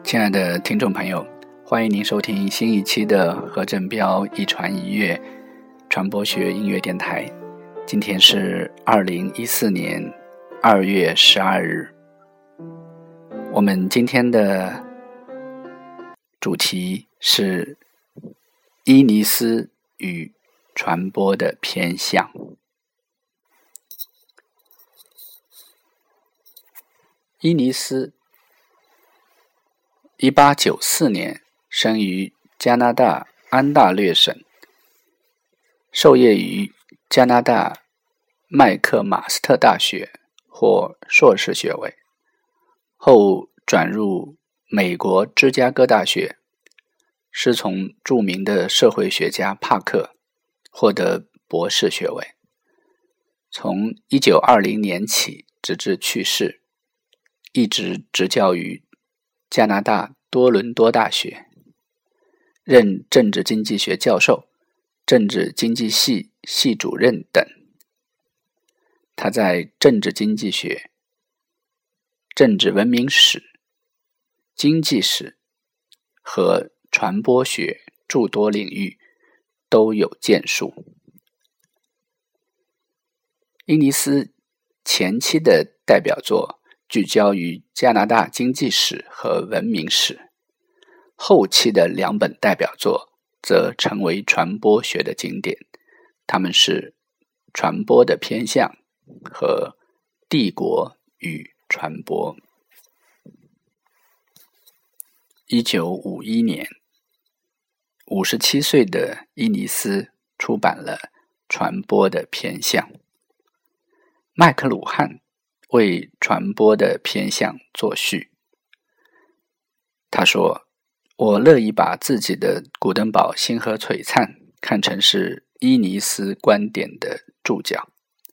亲爱的听众朋友，欢迎您收听新一期的何振彪一传一乐传播学音乐电台。今天是2014年2月12日。我们今天的主题是伊尼斯与传播的偏向。伊尼斯1894年生于加拿大安大略省，授业于加拿大麦克马斯特大学，获硕士学位，后转入美国芝加哥大学，师从著名的社会学家帕克，获得博士学位。从1920年起直至去世，一直执教于加拿大多伦多大学，任政治经济学教授、政治经济系系主任等。他在政治经济学、政治文明史、经济史和传播学诸多领域都有建树。伊尼斯前期的代表作聚焦于加拿大经济史和文明史，后期的两本代表作则成为传播学的经典，它们是《传播的偏向》和《帝国与传播》。1951年，57岁的伊尼斯出版了《传播的偏向》。麦克鲁汉为传播的偏向作序。他说，我乐意把自己的古登堡星河璀璨看成是伊尼斯观点的注脚。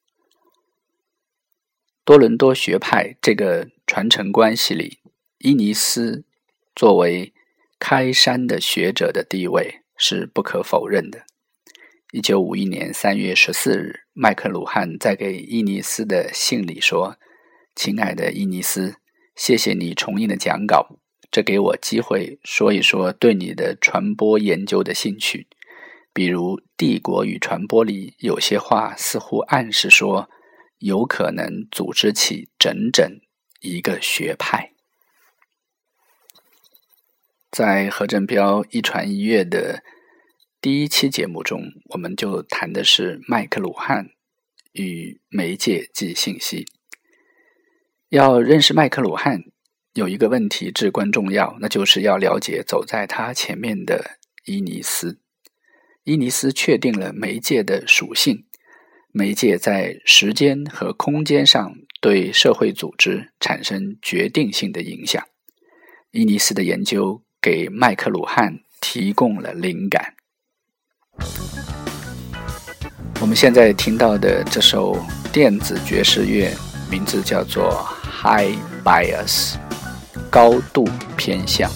多伦多学派这个传承关系里，伊尼斯作为开山的学者的地位是不可否认的。1951年3月14日，麦克鲁汉在给伊尼斯的信里说，亲爱的伊尼斯，谢谢你重印的讲稿，这给我机会说一说对你的传播研究的兴趣。比如帝国与传播里有些话似乎暗示说，有可能组织起整整一个学派。在何振彪一传一乐的第一期节目中，我们就谈的是麦克鲁汉与媒介及信息。要认识麦克鲁汉，有一个问题至关重要，那就是要了解走在他前面的伊尼斯。伊尼斯确定了媒介的属性，媒介在时间和空间上对社会组织产生决定性的影响。伊尼斯的研究给麦克鲁汉提供了灵感。我们现在听到的这首电子爵士乐名字叫做 High Bias， 高度偏向。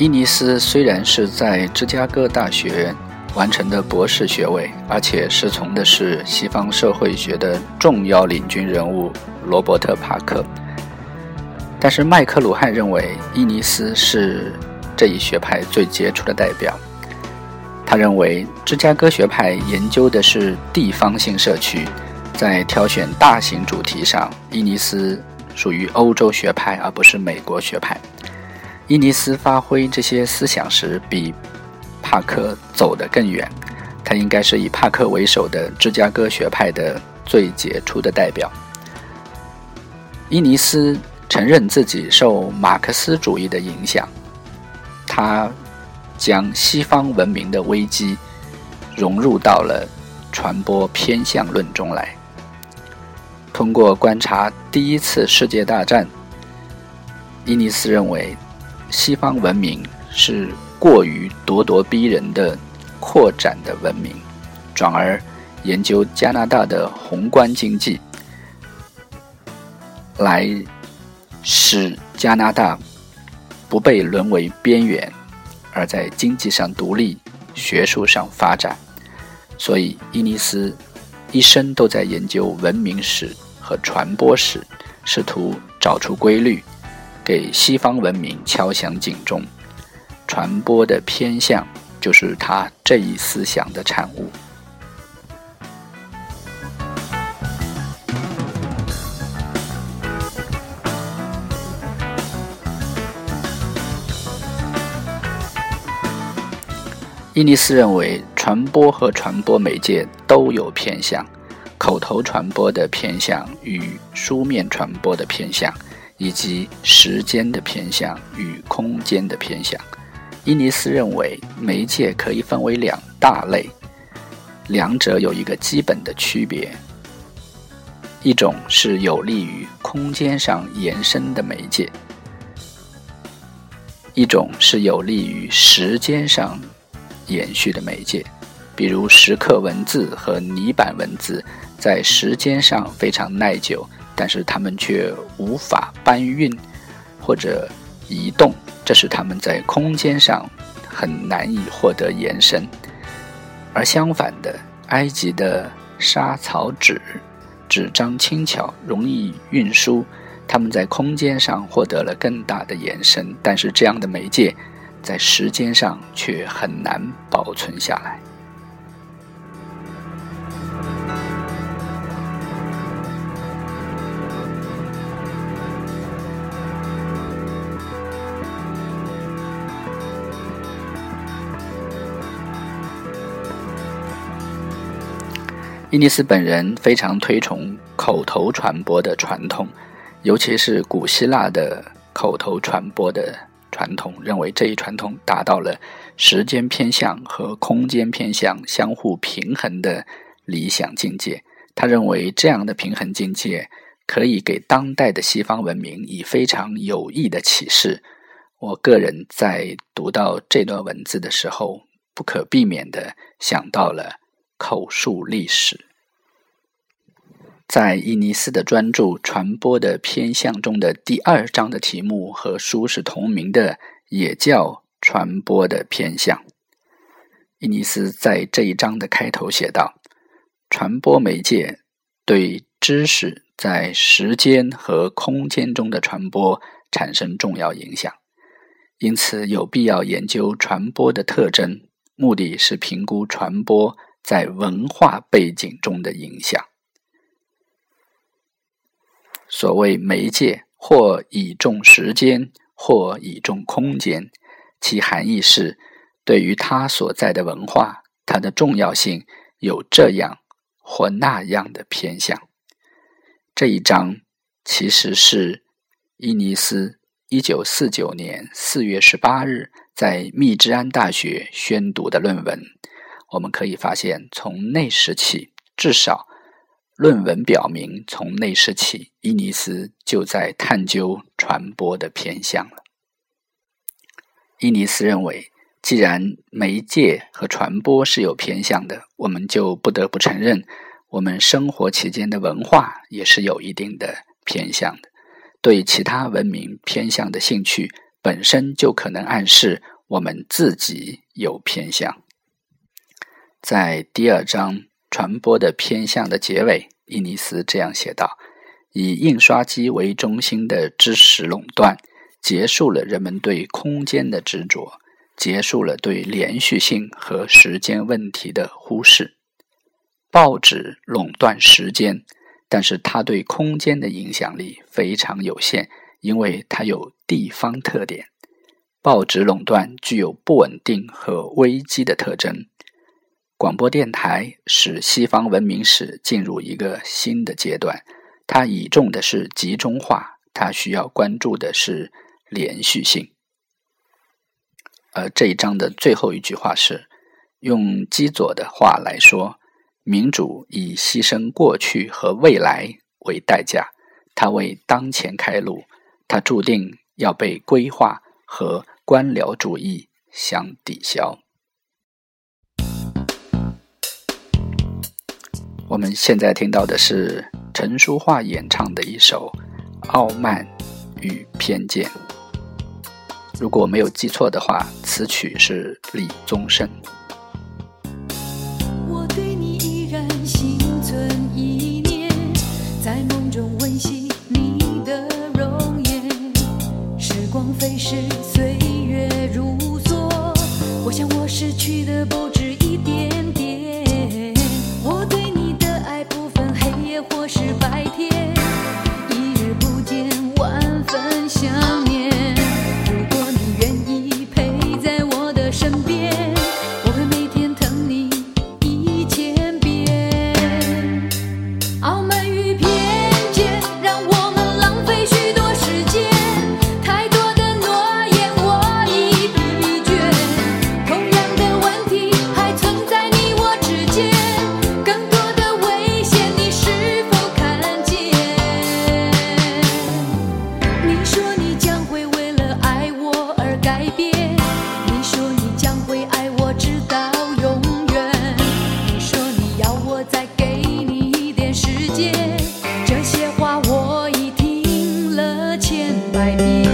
伊尼斯虽然是在芝加哥大学完成的博士学位，而且师从的是西方社会学的重要领军人物罗伯特·帕克，但是麦克鲁汉认为伊尼斯是这一学派最杰出的代表。他认为芝加哥学派研究的是地方性社区，在挑选大型主题上，伊尼斯属于欧洲学派而不是美国学派。伊尼斯发挥这些思想时比帕克走得更远，他应该是以帕克为首的芝加哥学派的最杰出的代表。伊尼斯承认自己受马克思主义的影响，他将西方文明的危机融入到了传播偏向论中来。通过观察第一次世界大战，伊尼斯认为西方文明是过于咄咄逼人的扩展的文明，转而研究加拿大的宏观经济，来使加拿大不被沦为边缘，而在经济上独立，学术上发展。所以伊尼斯一生都在研究文明史和传播史，试图找出规律，给西方文明敲响警钟。传播的偏向就是他这一思想的产物。伊尼斯认为传播和传播媒介都有偏向，口头传播的偏向与书面传播的偏向，以及时间的偏向与空间的偏向。伊尼斯认为媒介可以分为两大类，两者有一个基本的区别，一种是有利于空间上延伸的媒介，一种是有利于时间上延续的媒介。比如石刻文字和泥板文字在时间上非常耐久，但是它们却无法搬运或者移动，这使它们在空间上很难以获得延伸。而相反的，埃及的沙草纸张轻巧，容易运输，它们在空间上获得了更大的延伸，但是这样的媒介在时间上却很难保存下来。伊尼斯本人非常推崇口头传播的传统，尤其是古希腊的口头传播的传统，认为这一传统达到了时间偏向和空间偏向相互平衡的理想境界。他认为这样的平衡境界可以给当代的西方文明以非常有益的启示。我个人在读到这段文字的时候，不可避免地想到了口述历史。在伊尼斯的专著《传播的偏向》中的第2章的题目和书是同名的，也叫传播的偏向。伊尼斯在这一章的开头写道，传播媒介对知识在时间和空间中的传播产生重要影响，因此有必要研究传播的特征，目的是评估传播在文化背景中的影响。所谓媒介，或倚重时间，或倚重空间，其含义是对于它所在的文化，它的重要性有这样或那样的偏向。这一章其实是伊尼斯1949年4月18日在密芝安大学宣读的论文。我们可以发现，从那时起，至少论文表明，从那时起，伊尼斯就在探究传播的偏向了。伊尼斯认为，既然媒介和传播是有偏向的，我们就不得不承认，我们生活期间的文化也是有一定的偏向的。对其他文明偏向的兴趣，本身就可能暗示我们自己有偏向。在第2章传播的偏向的结尾，伊尼斯这样写道：以印刷机为中心的知识垄断结束了人们对空间的执着，结束了对连续性和时间问题的忽视。报纸垄断时间，但是它对空间的影响力非常有限，因为它有地方特点。报纸垄断具有不稳定和危机的特征。广播电台使西方文明史进入一个新的阶段，它倚重的是集中化，它需要关注的是连续性。而这一章的最后一句话是，用基佐的话来说，民主以牺牲过去和未来为代价，它为当前开路，它注定要被规划和官僚主义相抵消。我们现在听到的是陈淑桦演唱的一首《傲慢与偏见》，如果我没有记错的话，词曲是李宗盛。 我对你依然心存意念，在梦中温习你的容颜，时光飞逝，岁月如梭，我想我失去的不止一点点。我对你的爱不分黑夜或是白天，一日不见，万分想念。如果你愿意陪在我的身边，我会每天疼你1000遍。傲慢与偏见让我们浪费许多时间，太多的诺言我已疲倦，同样的问题还存在你我之间，更多的危险你是否看见？你说你将会为了爱我而改变，你说你将会爱我直到永远，你说你要我再给你一点时间，这些话我已听了1000百遍。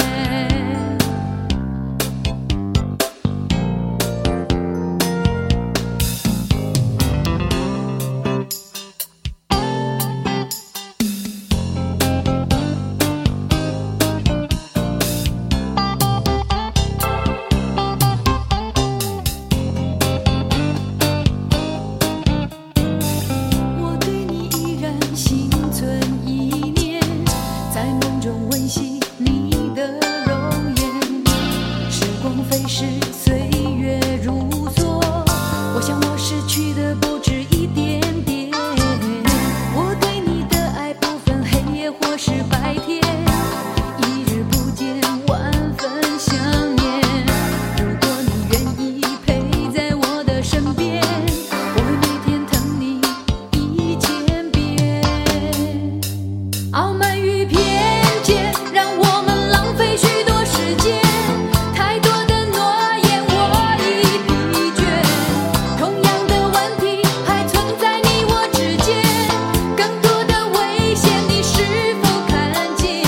我对你依然心存意念，在梦中温习你的容颜，时光飞逝，岁月如梭，我想我失去的不止一点点。我对你的爱不分黑夜或是白天，一日不见，万分想念。如果你愿意陪在我的身边，我会每天疼你1000遍。傲慢与偏见让我们浪费许多时间，太多的诺言我已疲倦，同样的问题还存在你我之间，更多的危险你是否看见？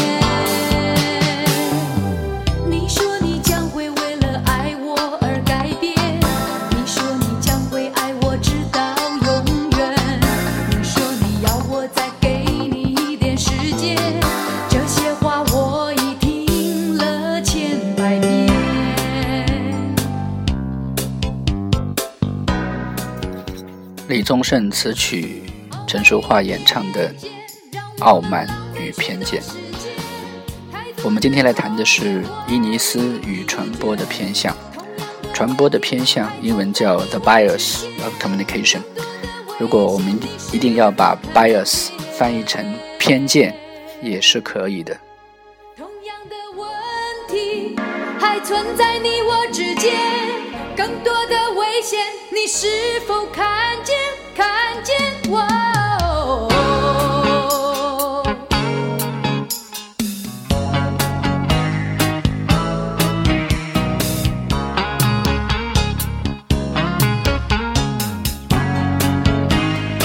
你说你将会为了爱我而改变，你说你将会爱我直到永远，你说你要我再给你一点时间，这些话我已听了1000百遍。 李宗盛词曲，陈淑桦演唱的《傲慢与偏见》。我们今天来谈的是伊尼斯与传播的偏向。传播的偏向英文叫 The Bias of Communication。如果我们一定要把 bias 翻译成偏见，也是可以的。 同样的问题还存在你我之间，更多的危险你是否看见？看见我。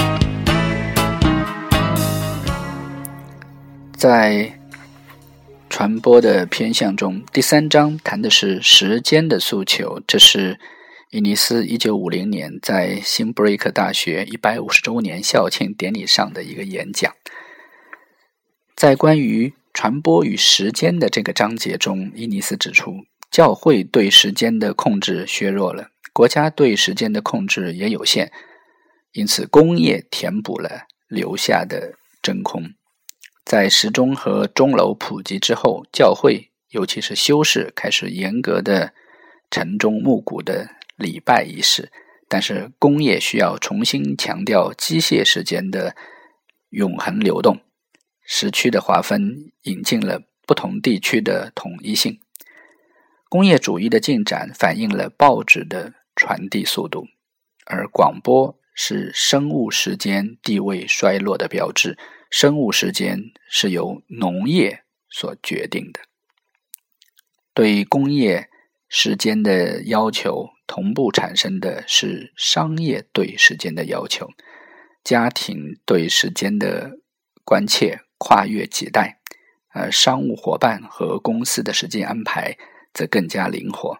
在传播的偏向中，第3章谈的是时间的诉求，这是伊尼斯1950年在新布瑞克大学150周年校庆典礼上的一个演讲。在关于传播与时间的这个章节中，伊尼斯指出，教会对时间的控制削弱了，国家对时间的控制也有限，因此工业填补了留下的真空。在时钟和钟楼普及之后，教会尤其是修士开始严格的晨钟暮鼓的礼拜仪式，但是工业需要重新强调机械时间的永恒流动，时区的划分引进了不同地区的统一性。工业主义的进展反映了报纸的传递速度，而广播是生物时间地位衰落的标志，生物时间是由农业所决定的。对工业时间的要求同步产生的是商业对时间的要求，家庭对时间的关切跨越几代，而商务伙伴和公司的时间安排则更加灵活。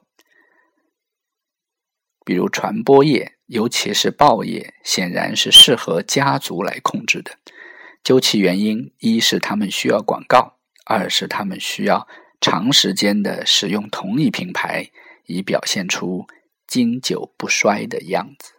比如传播业，尤其是报业，显然是适合家族来控制的。究其原因，一是他们需要广告，二是他们需要长时间的使用同一品牌，以表现出经久不衰的样子。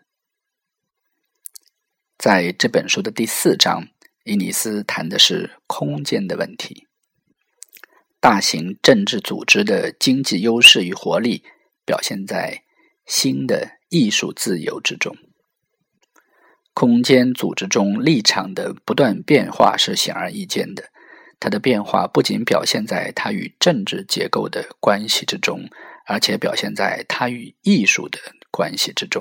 在这本书的第4章，伊尼斯谈的是空间的问题。大型政治组织的经济优势与活力表现在新的艺术自由之中。空间组织中立场的不断变化是显而易见的，它的变化不仅表现在它与政治结构的关系之中，而且表现在它与艺术的关系之中。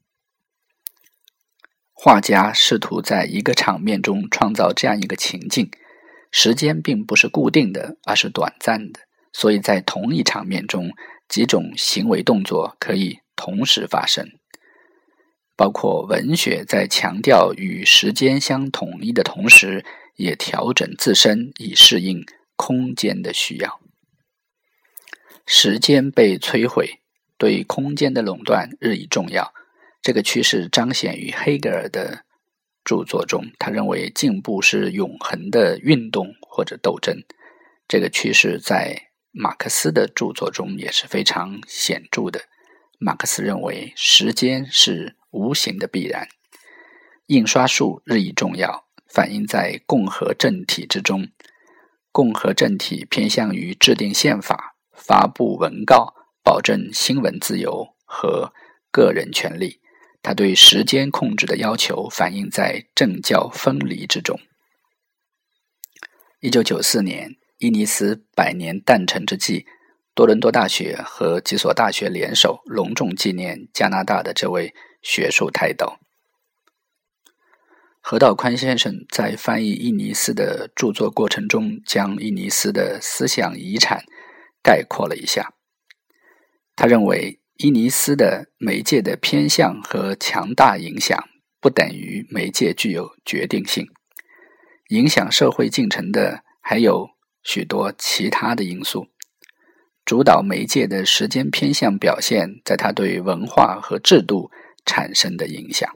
画家试图在一个场面中创造这样一个情境，时间并不是固定的，而是短暂的，所以在同一场面中，几种行为动作可以同时发生。包括文学在强调与时间相统一的同时，也调整自身以适应空间的需要。时间被摧毁，对空间的垄断日益重要。这个趋势彰显于黑格尔的著作中，他认为进步是永恒的运动或者斗争。这个趋势在马克思的著作中也是非常显著的。马克思认为时间是无形的必然。印刷术日益重要，反映在共和政体之中。共和政体偏向于制定宪法、发布文告，保证新闻自由和个人权利。他对时间控制的要求反映在政教分离之中。1994年，伊尼斯100年诞辰之际，多伦多大学和几所大学联手隆重纪念加拿大的这位学术泰斗。何道宽先生在翻译伊尼斯的著作过程中，将伊尼斯的思想遗产概括了一下。他认为伊尼斯的媒介的偏向和强大影响不等于媒介具有决定性，影响社会进程的还有许多其他的因素。主导媒介的时间偏向表现在它对文化和制度产生的影响。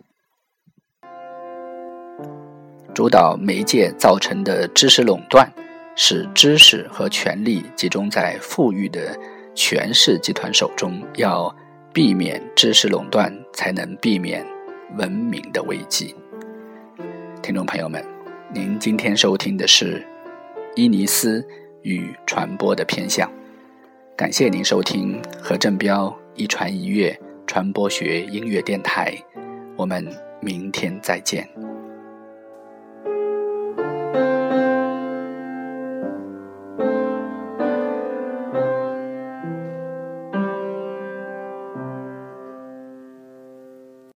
主导媒介造成的知识垄断，使知识和权力集中在富裕的权势集团手中，要避免知识垄断，才能避免文明的危机。听众朋友们，您今天收听的是伊尼斯与传播的偏向。感谢您收听何振彪一传一乐传播学音乐电台，我们明天再见。